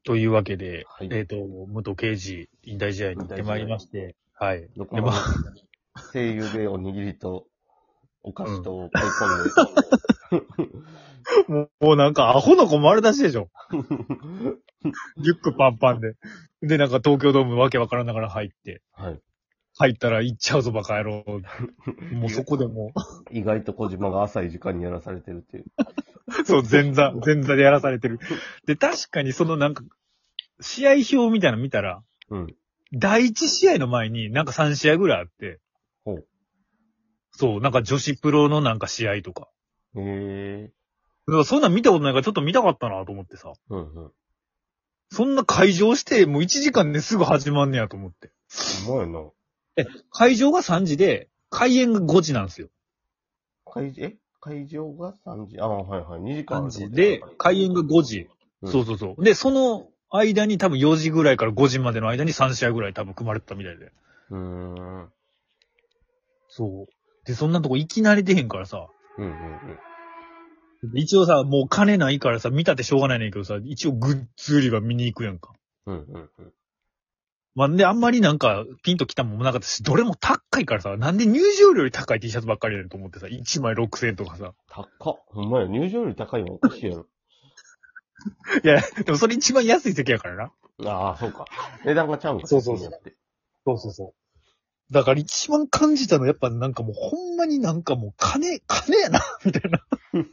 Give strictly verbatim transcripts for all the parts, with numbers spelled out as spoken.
というわけで、 はいえっ、と、元刑事引退試合に行ってまいりまして、はい。 どこでも、 まで声優でおにぎりとお菓子と買い込んで。 もう、もうなんかアホの子丸出しでしょ。リュックパンパンで。で、なんか東京ドームわけわからんながら入って。 はい。 入ったら行っちゃうぞバカ野郎。もうそこでも意外と小島が浅い時間にやらされてるっていう。 う、そう、前座、前座でやらされてる。で、確かにそのなんか、試合表みたいなの見たら、 うん。 第一試合の前になんかさん試合ぐらいあって、 ほう。 そう、なんか女子プロのなんか試合とか。 へえ。 だからそんなん見たことないからちょっと見たかったなと思ってさ。 うんうん。 そんな会場してもういちじかんですぐ始まんねやと思って。 うまいな。 え、会場がさんじで、開演がごじなんですよ。 会、え会場がさんじ。ああ、はいはい。にじかんあ 3 るってこと時で、開演がごじ。 うんそうそうそう。で、その間に多分よじぐらいからごじまでの間にさん試合ぐらい多分組まれてたみたいで。 うーん。 そう。で、そんなとこいきなり出へんからさ。 うんうんうん。 一応さ、もう金ないからさ、見たってしょうがないねんけどさ、一応グッズ売り場見に行くやんか。 うんうんうん。 まあ、で、あんまりなんか、ピンときたもんもなかったし、どれも高いからさ、なんで入場料より高い T シャツばっかりやねんと思ってさ、いちまいろくせんえんとかさ。 高っ。ほんまや。入場より高いのおかしいやろ。 いや、でもそれ一番安い席やからな。 ああ、そうか。値段がちゃうんか。 そうそうそう席によって。 そうそうそう。だから一番感じたのはやっぱなんかもうほんまになんかもう金、金やな、みたいな。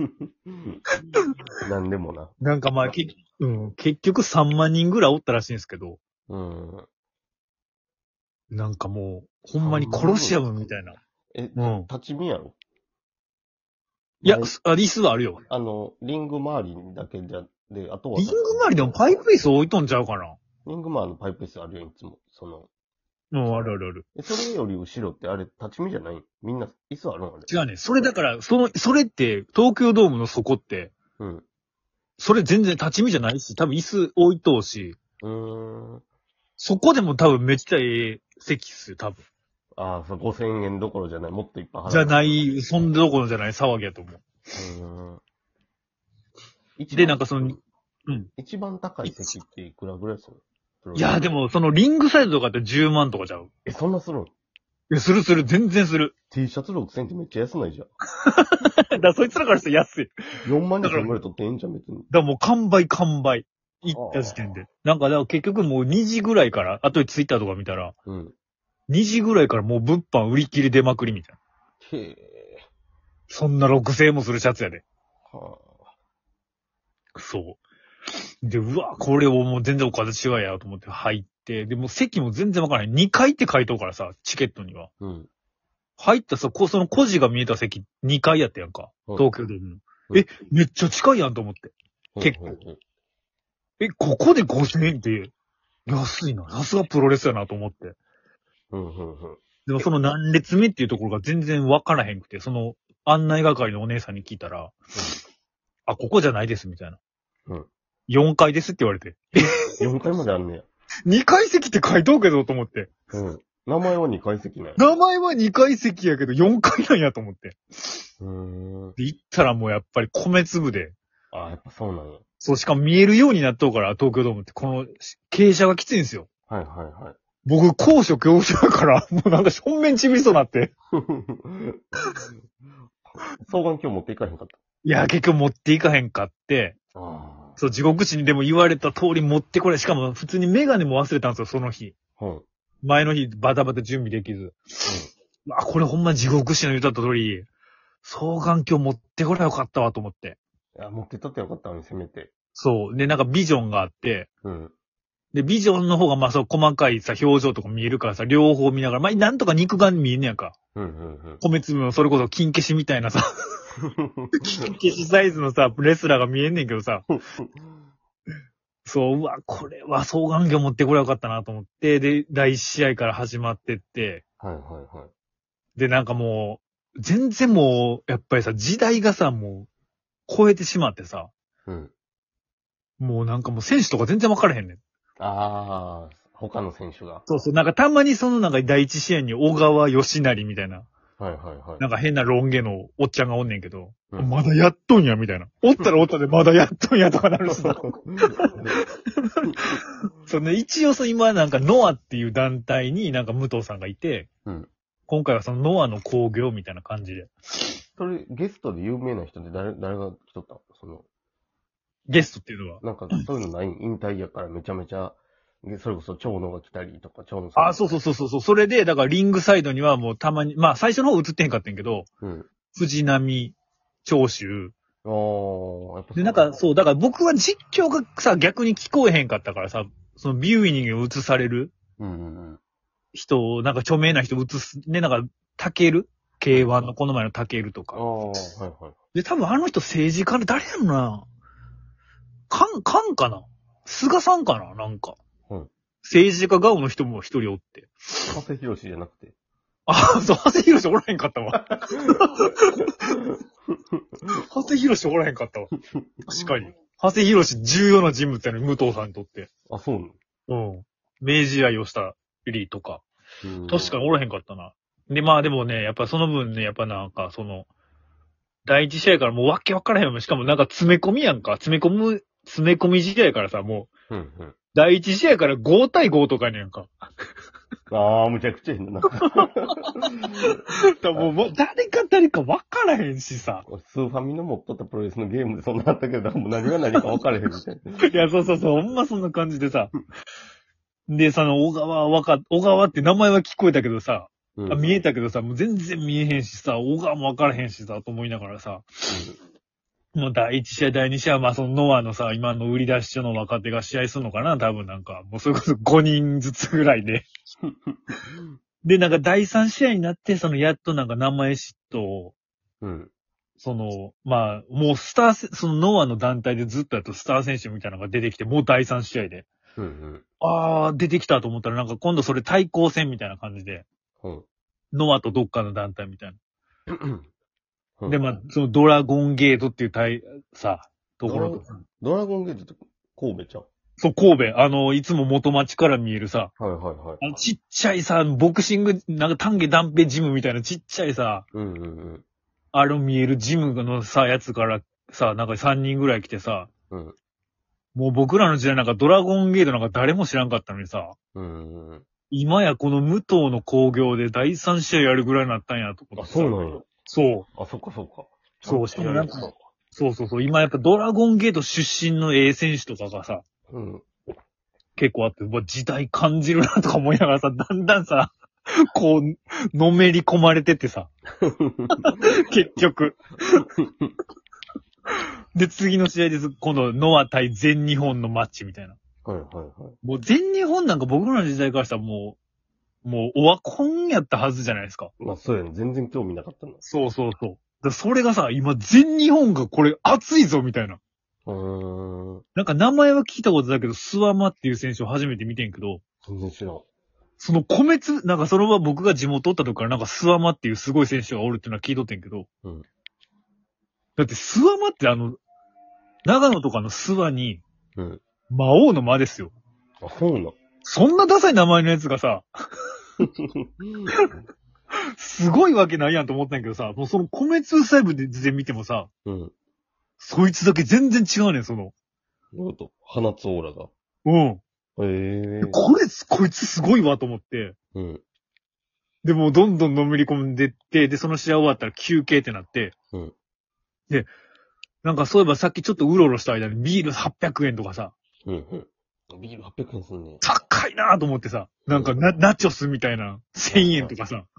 なんでもな。 なんかまあ、け、うん、結局さんまん人ぐらいおったらしいんですけど、 うん。 なんかもう、ほんまに殺し合うみたいな。 え、 うん。 立ち見やろいや、 前すあ、リスはあるよ。 あの、リング周りだけじゃ、で、あとは。 リング周りでもパイプ椅子置いとんちゃうかな。 リング周りのパイプ椅子あるよ、いつも。その、 うん、あるあるある。 え、それより後ろってあれ、立ち見じゃないみんな、椅子あるのあれ。 違うね。それだから、その、それって、東京ドームの底って、 うん。 それ全然立ち見じゃないし、多分椅子置いとうし、 うーん。 そこでも多分めっちゃええ席っすよ、多分。 ああ、そう、ごせんえんどころじゃない。もっといっぱい払う。 じゃない、そんなところじゃない騒ぎやと思う。 うーん。一で、 番なんかその、うん。 一番高い席っていくらぐらいするのいや、でも、そのリングサイドとかってじゅうまんとかちゃう。 え、そんなするんいや、するする、全然する。 ?T シャツろくせんってめっちゃ安ないじゃん。 だからそいつらからしたら安い。 よんまんにせんぐらい取ってええんじゃん、別に。 だからもう完売完売。行った時点で。なんか、だから結局もうにじぐらいから、あとでツイッターとか見たら、 うん。 にじぐらいからもう物販売り切り出まくりみたいな。 へえ。 そんなろくせんえんもするシャツやで。 はそう。で、うわ、これをもう全然お金違いやと思って入って、でもう席も全然わからない。にかいって書いとうからさ、チケットには。 あ。うん。 入ったさ、こうその孤児が見えた席にかいやったやんか。 うん東京ドームの。 うんえ、めっちゃ近いやんと思って。結構うんうんうんえ、ここでごせんえんって安いな。さすがプロレスやなと思って。 うんうんうん。 でもその何列目っていうところが全然わからへんくて、その案内係のお姉さんに聞いたら、あ、ここじゃないですみたいな。 うん。 よんかいですって言われて。 よんかいまであんねや。 にかい席って書いとうけどと思って。 うん。名前はにかい席なんや。 名前はにかい席やけどよんかいなんやと思って。 うーん。 で、行ったらもうやっぱり米粒で、 ああ、やっぱそうなんや。 そう、しかも見えるようになっとうから、東京ドームって、この傾斜がきついんですよ。 はいはいはい。 僕、高所恐怖症だから、もうなんか正面ちびりそうになって。 双眼鏡持っていかへんかっいや、結局持っていかへんかって、 た。あそう、地獄師にでも言われた通り持ってこれ、しかも普通にメガネも忘れたんですよ、その日。 あ。うん。うん。 前の日、バタバタ準備できず。あ、これほんま地獄師の言った通り、双眼鏡持ってこればよかったわと思って。 いや、持ってったってよかったのに、せめて。 そう。で、なんかビジョンがあって、 うん。 で、ビジョンの方がまあそう細かいさ、表情とか見えるからさ、両方見ながら、まあなんとか肉眼見えんねやんか。 うんうん米粒のそれこそ金消しみたいなさ、金消しサイズのさ、レスラーが見えんねんけどさ、 うん。 そう、うわ、これは双眼鏡持ってこればよかったなと思って、で、だいいち試合から始まってって、 はいはいはい。 で、なんかもう、全然もう、やっぱりさ、時代がさ、もう、超えてしまってさ、 うん。 もうなんかもう選手とか全然分からへんねん。 ああ、他の選手が。 そうそう、なんかたまにそのなんか第一試合に小川義成みたいな、 はいはいはい。 なんか変なロン毛のおっちゃんがおんねんけど、 うんまだやっとんや、みたいな。おったらおったでまだやっとんやとかなるしさ。そうね、一応その今なんかノアっていう団体になんか武藤さんがいて、 うん。 今回はそのノアの興行みたいな感じで。 それ、ゲストで有名な人って誰、誰が来とったのその、 ゲストっていうのは。 なんか、そういうのない引退やからめちゃめちゃ、げそれこそ長野が来たりとか、長野さん。 あ、そうそうそうそうそう。それで、だからリングサイドにはもうたまに、まあ最初の方映ってへんかったんやけど、 う。うん。 藤波、長州。 ああ、やっぱで、なんかそう、だから僕は実況がさ、逆に聞こえへんかったからさ、そのビューイングに映されるうんうん人を、なんか著名な人映す、ね、なんか、タケル ケーワン のこの前のタケルとうん。 か。 ああ、はいはい。 で、多分あの人政治家で誰やろな。カン、カンかな菅さんかななんか。 うん政治家顔の人も一人おって。 加瀬博士じゃなくて。 あ、そう、長谷博士おらへんかったわ。長谷博士おらへんかったわ。確かに。長谷博士重要な人物やね、武藤さんにとって。 あ、そうなのうん。明治愛をしたエリーとか。 うん確かにおらへんかったな。で、まあでもね、やっぱその分ね、やっぱなんかその、第一試合からもうわけわからへんもん。しかもなんか詰め込みやんか。詰め込む、詰め込み試合やからさ、もう、 うんうん。 第一試合からご対ごとかやねんか。 ああ、むちゃくちゃ変だな。 だからもう、もう誰か誰かわからへんしさ。 スーファミの持っとったプロレスのゲームでそんなあったけど、もう何が何か分からへんみたいな。 いや、そうそうそう、ほんまそんな感じでさ。で、その、小川わか、小川って名前は聞こえたけどさ、 うんあ見えたけどさ、もう全然見えへんしさ、小川もわからへんしさ、と思いながらさ、もう第一試合、第二試合、まあそのノアのさ、今の売り出し所の若手が試合するのかな多分なんか、もうそれこそごにんずつぐらいで。で、なんか第三試合になって、そのやっとなんか名前嫉妬、 うん。 その、まあ、もうスターせ、そのノアの団体でずっとやっとスター選手みたいなのが出てきて、もう第三試合で。 うん。うん。 あー、出てきたと思ったらなんか今度それ対抗戦みたいな感じで、 うん。 ノアとどっかの団体みたいうんな。で、まあ、そのドラゴンゲートっていう対、さ、ところとドラドラゴンゲートって神戸ちゃうそう、神戸。あの、いつも元町から見えるさ、 はいはいはい。 あのちっちゃいさ、ボクシング、なんか丹下断平ジムみたいなちっちゃいさ、 うんうんうん。 あれ見えるジムのさ、やつからさ、なんかさんにんぐらい来てさ、 うん。 もう僕らの時代なんかドラゴンゲートなんか誰も知らんかったのにさ、 うんうん。 今やこの武藤の興行で第三試合やるぐらいになったんやと思あ、 ってさ。 そうなんや。 そう。 あ、そっかそっか。 そうしかもなんか知らなかっそうそうそう。今やっぱドラゴンゲート出身の A 選手とかがさ、 たうん。 結構あって、うわ時代感じるなとか思いながらさ、だんだんさ、こう、のめり込まれてってさ、結局。で、次の試合です。今度、ノア対全日本のマッチみたいな。 はいはいはい。 もう全日本なんか僕らの時代からしたらもう、もうオワコンやったはずじゃないですか。 まあそうやね。全然興味なかったな。 そうそうそう。だそれがさ、今全日本がこれ熱いぞみたいな。 うーん。 なんか名前は聞いたことだけど、スワマっていう選手を初めて見てんけど、 全然知らん。 その米粒、なんかそれは僕が地元おった時からなんかスワマっていうすごい選手がおるっていうのは聞いとってんけど、 うん。 だってスワマってあの、長野とかのスワに、 うん。 魔王の魔ですよ。 あ、そうなん。 そんなダサい名前のやつがさ、すごいわけないやんと思ったんやけどさ、もうその米粒細部で全然見てもさ、 うん。 そいつだけ全然違うねん、その。 どういうこと放つオーラが。 うん。 へえ。 これ、こいつすごいわと思って。 うん。 で、もうどんどんのめり込んでって、で、その試合終わったら休憩ってなって、 うん。 で、なんかそういえばさっきちょっとうろうろした間にビールはっぴゃくえんとかさ、 うん。うん。ビールはっぴゃくえんすんね。 高いなぁと思ってさ、なんかナナチョスみたいなせんえんとかさ、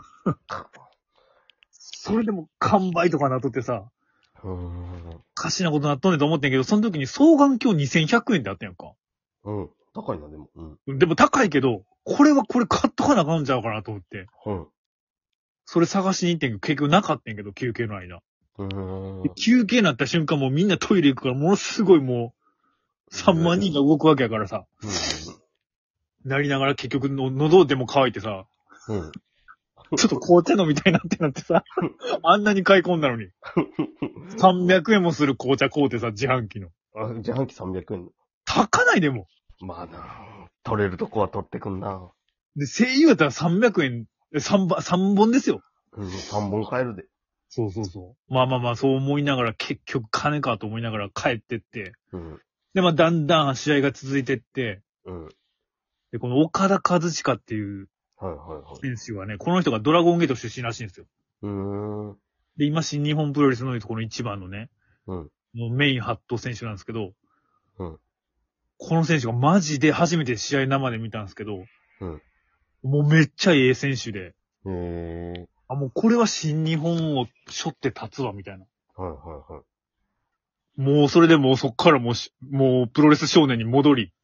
それでも完売とかなっとってさ、 うーん。 おかしなことなっとんねんと思ってんけど、その時に双眼鏡にせんひゃくえんであったやんか。 うん。高いな、でも。うん。 でも高いけど、これはこれ買っとかなあかんちゃうかなと思って、 うん。 それ探しに行ってんけど、結局なかったんけど、休憩の間。 うーんで。休憩になった瞬間もうみんなトイレ行くから、ものすごいもう、さんまんにんが動くわけやからさ、なりながら結局の喉でも乾いてさ、 うん。うん。 ちょっと紅茶飲みたいなってなってさ、あんなに買い込んだのに、さんびゃくえんもする紅茶買うてさ、自販機の。 あ、自販機さんびゃくえん。 高ないでも。 まあな、取れるとこは取ってくんな。 で、声優やったらさんびゃくえん、さんば、さんぼんですよ。 うん、さんぼん買えるで。 そうそうそう。まあまあまあ、そう思いながら、結局金かと思いながら帰ってって、 うん。 で、まあ、だんだん試合が続いてって、 うん。 で、この岡田和親っていうはいはいはい。 選手はね、この人がドラゴンゲート出身らしいんですよ。 うーん。 で、今、新日本プロレスのこの一番のね、 うん。 もうメインハット選手なんですけど、 うん。 この選手がマジで初めて試合生で見たんですけど、 うん。 もうめっちゃええ選手で、 へえ。 あ、もうこれは新日本を背負って立つわ、みたいな。 はいはいはい。 もうそれでもうそっからもうし、もうプロレス少年に戻り、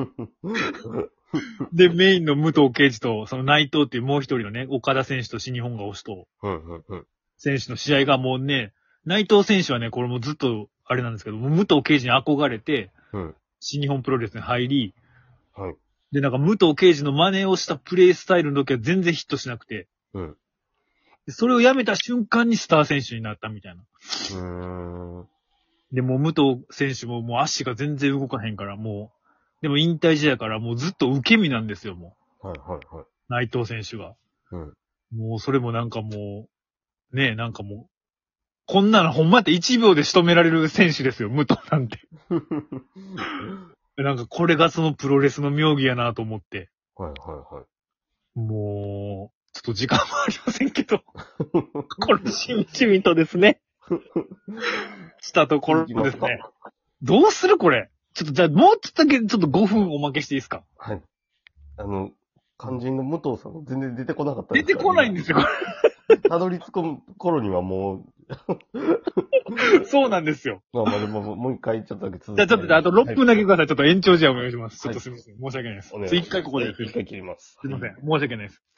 で、メインの武藤敬司と、その内藤っていうもう一人のね、岡田選手と新日本が推しと、 うんうんうん。 選手の試合がもうね、内藤選手はね、これもうずっと、あれなんですけど、もう武藤敬司に憧れて、 うん。 新日本プロレスに入り、 はい。 で、なんか武藤敬司の真似をしたプレイスタイルの時は全然ヒットしなくて、 うん。 でそれをやめた瞬間にスター選手になったみたいな。 うーん。 で、もう武藤選手ももう足が全然動かへんから、もう、でも引退試合からもうずっと受け身なんですよ、もはいはいはい。 う。内藤選手が。 うん。 もうそれもなんかもう、ねえ、なんかもう、こんなのほんまっていちびょうで仕留められる選手ですよ、武藤なんて。なんかこれがそのプロレスの妙義やなと思って。 はいはいはい。 もう、ちょっと時間もありませんけど、これしみじみとですね、したところですね。どうするこれ。ちょっとじゃあもうちょっとだけちょっとごふんおまけしていいですか？ はい。あの、肝心の武藤さん全然出てこなかった出てこないんですよ、こす。たどり着く頃にはもれ。そうなんですよ。 う、まあまあでももう一回ちょっとだけ続じゃあちょっとあとろっぷんだけください。ちょっと延長試合お願いします。ちょはいっとすみません。申し訳ないです。 お願いします。 一回ここで。 はい一回切ります。 すみません。申し訳ないです。